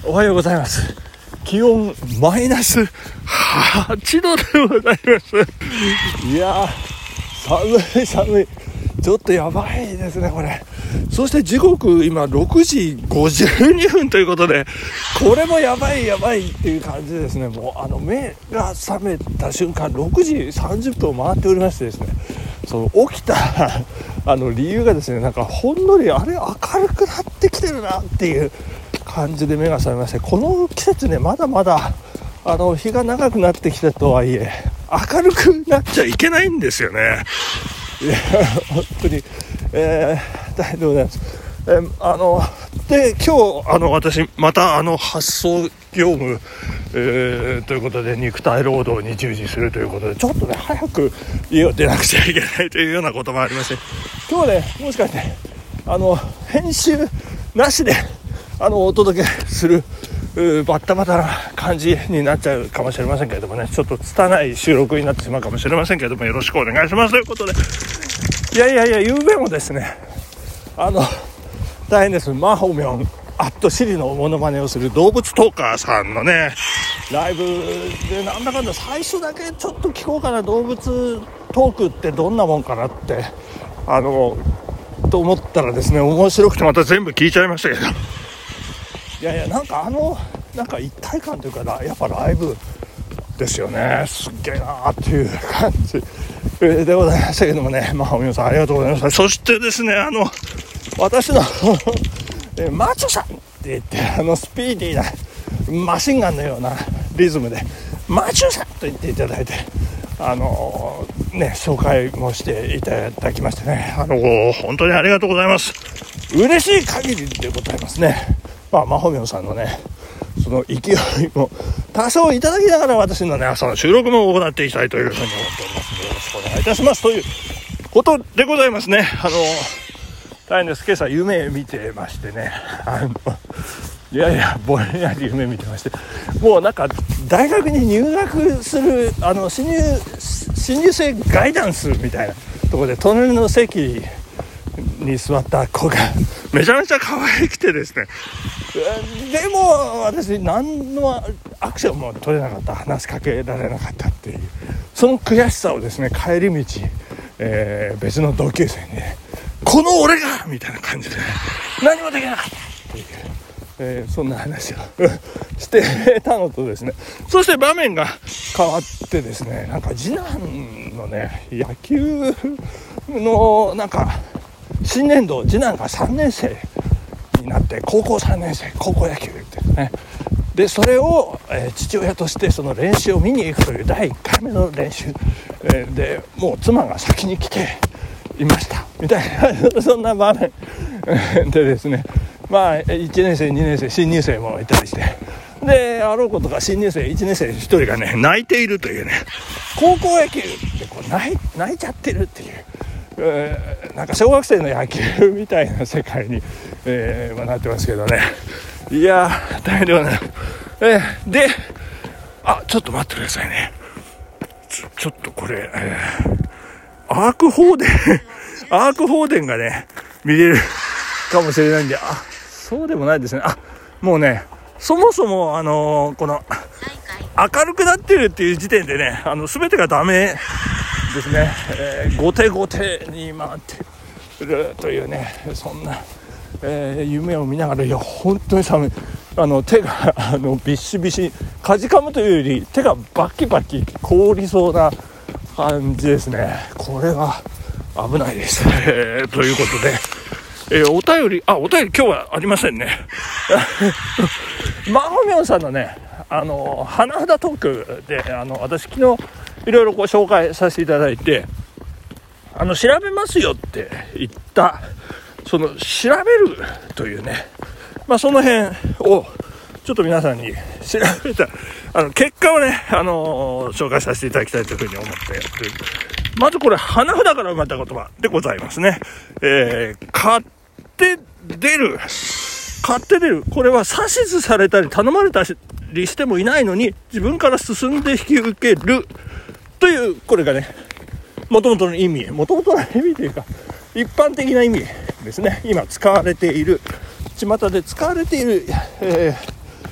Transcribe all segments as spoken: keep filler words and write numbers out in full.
おはようございます。気温マイナスはちどでございます。いやー寒い寒い、ちょっとやばいですねこれ。そして時刻今ろくじごじゅうにふんということで、これもやばいやばいっていう感じですね。もうあの目が覚めた瞬間ろくじさんじゅっぷんを回っておりましてですね、その起きたあの理由がですね、なんかほんのりあれ明るくなってきてるなっていう感じで目が覚めまして、この季節ねまだまだあの日が長くなってきたとはいえ明るくなっちゃいけないんですよね。いや本当に、えー、大変でございます。えー、あので今日あの私またあの発送業務、えー、ということで肉体労働に従事するということで、ちょっとね早く家を出なくちゃいけないというようなこともありまして、今日ねもしかしてあの編集なしであのお届けするバッタバタな感じになっちゃうかもしれませんけれどもね、ちょっと拙い収録になってしまうかもしれませんけれども、よろしくお願いしますということで、いやいやいや、ゆうべもですねあの大変です。マホミョンアットシリのモノマネをする動物トーカーさんのねライブで、なんだかんだ最初だけちょっと聞こうかな、動物トークってどんなもんかなってあのと思ったらですね、面白くてまた全部聞いちゃいましたけど、いやいや、なんかあのなんか一体感というかやっぱライブですよね。すっげえなっていう感じでございましたけどもね、まあ皆さんありがとうございました。そしてですね、あの私のマチョさんって言って、あのスピーディーなマシンガンのようなリズムでマチョさんと言っていただいて、あのね紹介もしていただきましてね、あの本当にありがとうございます。嬉しい限りでございますね。まあマホミョンさんのねその勢いも多少いただきながら、私のね朝の収録も行っていきたいというふうに思っておりますので、よろしくお願いいたしますということでございますね。あの大変です。今朝夢見てましてね、あのいやいやぼんやり夢見てまして、もうなんか大学に入学するあの新入新入生ガイダンスみたいなところで隣の席に座った子がめちゃめちゃ可愛くてですね、でも私何のアクションも取れなかった、話しかけられなかったっていう、その悔しさをですね帰り道、えー、別の同級生にね、この俺がみたいな感じで、ね、何もできなかったっていう、えー、そんな話をしてたのとですね、そして場面が変わってですね、なんか次男のね野球のなんか新年度、次男がさんねん生になって高校さんねん生、高校野球ってね、でそれを、えー、父親としてその練習を見に行くというだいいっかいめの練習、えー、でもう妻が先に来ていましたみたいなそんな場面でですね、まあいちねん生にねん生新入生もいたりして、であろうことか新入生いちねん生ひとりがね泣いているというね、高校野球ってこう 泣い、泣いちゃってるっていう、えー、なんか小学生の野球みたいな世界に、えーまあ、なってますけどね。いやー大変ではない、えー、であちょっと待ってくださいね、ちょ、ちょっとこれ、えー、アーク放電アーク放電がね見れるかもしれないんで、あそうでもないですね。あもうねそもそもあのー、この明るくなってるっていう時点でね、あの全てがダメですね。えー、後手後手に回ってるというね、そんな、えー、夢を見ながら、いや本当に寒い、あの手があのビシビシかじかむというより手がバキバキ凍りそうな感じですね。これは危ないです、えー、ということで、えー、お便りあお便り今日はありませんねマホミョンさんのねあの花札トークで、あの私昨日いろいろこう紹介させていただいて、あの調べますよって言ったその調べるというね、まあその辺をちょっと皆さんに調べたあの結果をね、あのー、紹介させていただきたいというふうに思って、まずこれ花札から生まれた言葉でございますね。えー、買って出る買って出る、これは指図されたり頼まれたりしてもいないのに自分から進んで引き受けるという、これがね元々の意味、元々の意味というか一般的な意味ですね。今使われている巷で使われている、えー、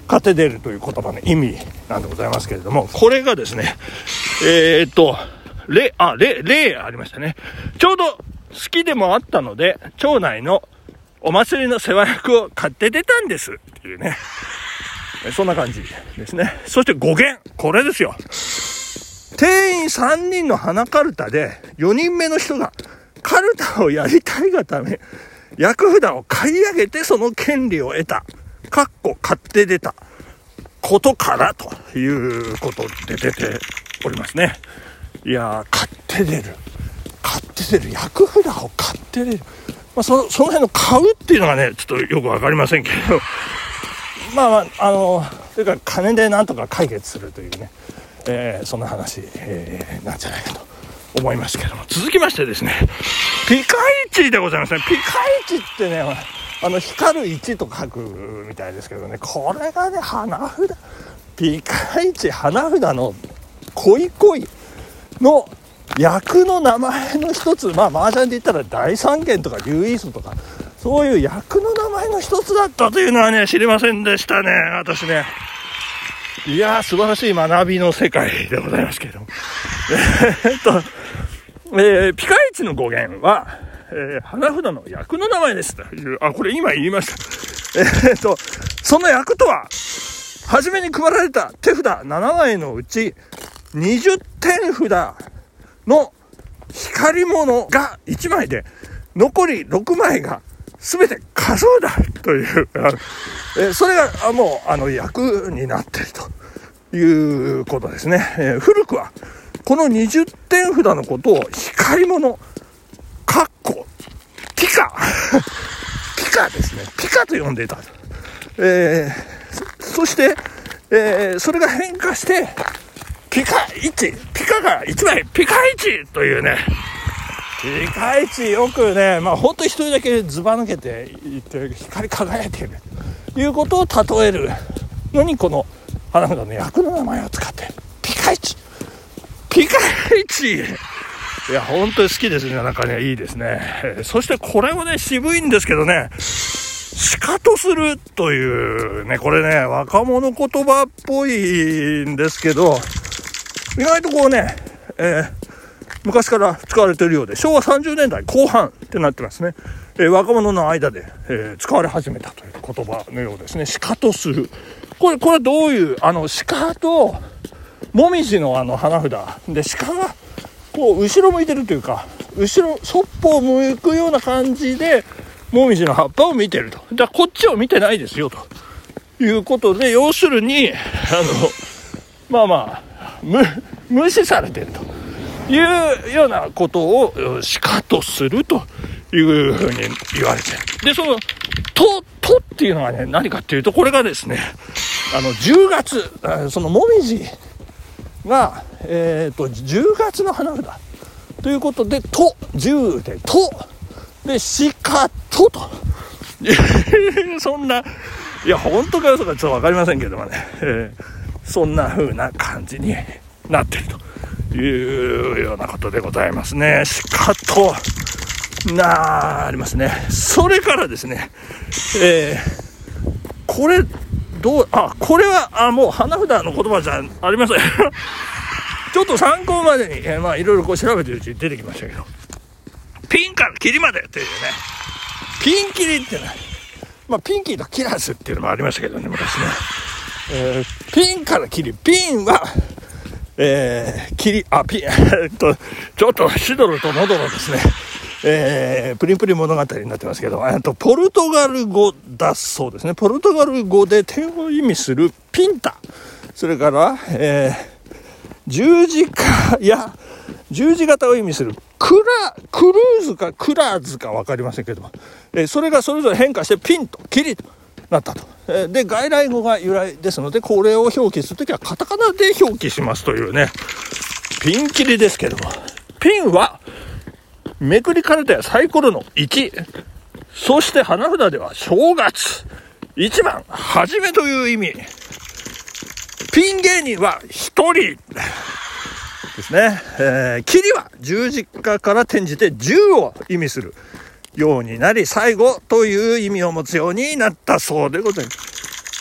買って出るという言葉の意味なんでございますけれども、これがですね、えー、っと例あ例例ありましたね。ちょうど好きでもあったので町内のお祭りの世話役を買って出たんですっていうね、そんな感じですね。そして語源、これですよ。定員さんにんの花かるたでよにんめの人がかるたをやりたいがため役札を買い上げてその権利を得た、かっこ買って出たことからということで出ておりますね。いやー、買って出る買って出る役札を買って出る、まあ、そ, その辺の買うっていうのがねちょっとよくわかりませんけどまあまああのそれから金でなんとか解決するというね、えー、そんな話、えー、なんじゃないかと思いますけども、続きましてですね、ピカイチでございますね。ピカイチってね、あの光る一と書くみたいですけどね、これがね花札、ピカイチ花札の恋恋の役の名前の一つ、まあ麻雀で言ったら大三元とか劉イーソとかそういう役の名前の一つだったというのはね知りませんでしたね、私ね。いやー、素晴らしい学びの世界でございますけれどもえっと、えー、ピカイチの語源は、えー、花札の役の名前ですという、あ、これ今言いましたえー、っとその役とは、初めに配られた手札ななまいのうちにじゅってん札の光り物がいちまいで残りろくまいが全て仮想だというえー、それがもうあの役になっているということですね。えー、古くはこのにじゅってん札のことを光り物かっこピカピカですね、ピカと呼んでいた。えー、そ, そして、えー、それが変化してピカイチ、ピカがいちまいピカイチというね、ピカイチよくね、まあ本当に一人だけずば抜けていって光り輝いているということを例えるのに、この花札の役の名前を使ってピカイチピカイチ、いや本当に好きですね。なんかねいいですね。えー、そしてこれもね渋いんですけどね、シカトするというね、これね若者言葉っぽいんですけど、意外とこうね、えー、昔から使われているようで、しょうわさんじゅうねんだいこう半ってなってますね。えー、若者の間で、えー、使われ始めたという言葉のようですね。シカトする、これこれはどういう、あの鹿ともみじのあの花札で、鹿がこう後ろ向いてるというか、後ろそっぽを向くような感じでもみじの葉っぱを見てると。だからこっちを見てないですよということで、要するにあのまあまあ無視されているというようなことをシカトするというふうに言われている。でそのととっていうのはね何かっていうと、これがですねあのじゅうがつ、そのもみじが、えー、とじゅうがつの花札ということで、とじゅうでとでシカトとそんな、いや本当か嘘かちょっと分かりませんけどもね、えー、そんな風な感じになっているというようなことでございますね。シカトなありますね。それからですね、えー、これどう、あ、これはあもう花札の言葉じゃありませんちょっと参考までに、えー、まあいろいろこう調べてるうちに出てきましたけど、ピンからキリまでっていうね、ピンキリってね、まあピンキーとキラースっていうのもありましたけどね昔ね、えー、ピンからキリ、ピンはえー、キリ、あ、ピン、えっと、ちょっとシドロとモドロですね。えー、プリンプリン物語になってますけど、えっと、ポルトガル語だそうですね。ポルトガル語で点を意味するピンタ。それから、えー、十字架や十字型を意味するクラ、クルーズかクラーズか分かりませんけども、えー、それがそれぞれ変化してピンとキリとなったと。で外来語が由来ですので、これを表記するときはカタカナで表記しますというね、ピンキリですけども、ピンはめくりカルタやサイコロのいち、そして花札では正月いちばんはじめという意味。ピン芸人はひとりですね。えー、キリは十字架から転じてじゅうを意味するようになり、最後という意味を持つようになったそうでございます。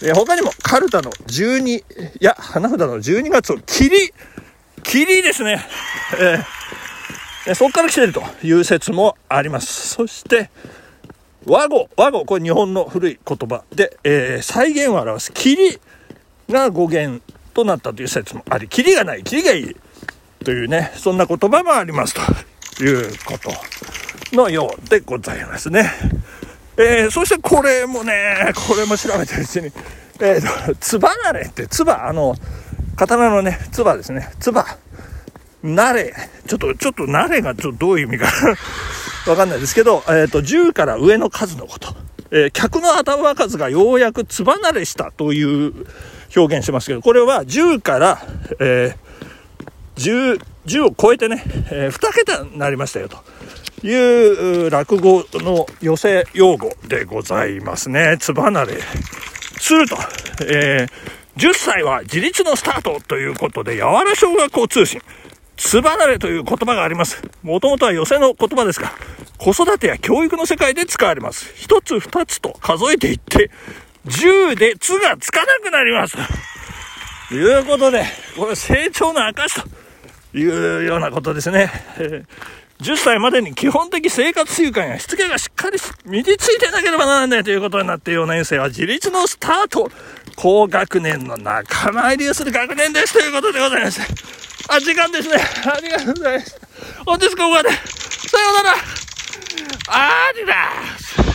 えー、他にもカルタのじゅうに、いや、花札のじゅうにがつをキリ、キリですね。えー、そこから来ているという説もあります。そして、和語、和語、これ日本の古い言葉で、えー、再現を表すキリが語源となったという説もあり、キリがない、キリがいいというね、そんな言葉もありますということのようでございますね。えー、そしてこれもね、これも調べてるうちに、えーと、つばなれって、つば、あの、刀のね、つばですね、つば、なれ、ちょっと、ちょっとなれがちょっとどういう意味かわかんないですけど、えーと、じゅうから上の数のこと。えー、客の頭数がようやくつばなれしたという表現しますけど、これはじゅうから、えー、じゅう、じゅうを超えてね、えー、に桁になりましたよという落語の寄せ用語でございますね。つばなれすると、えー、じゅっさいは自立のスタートということで、やわら小学校通信、つばなれという言葉があります。もともとは寄せの言葉ですが、子育てや教育の世界で使われます。一つ二つと数えていって、じゅうでつがつかなくなります。ということで、これ成長の証というようなことですね。えーじゅっさいまでに基本的生活習慣やしつけがしっかり身についてなければならないということになって、よねん生は自立のスタート、高学年の仲間入りをする学年ですということでございます。あ、時間ですね。ありがとうございます。本日ここまで。さようなら。ありだーす。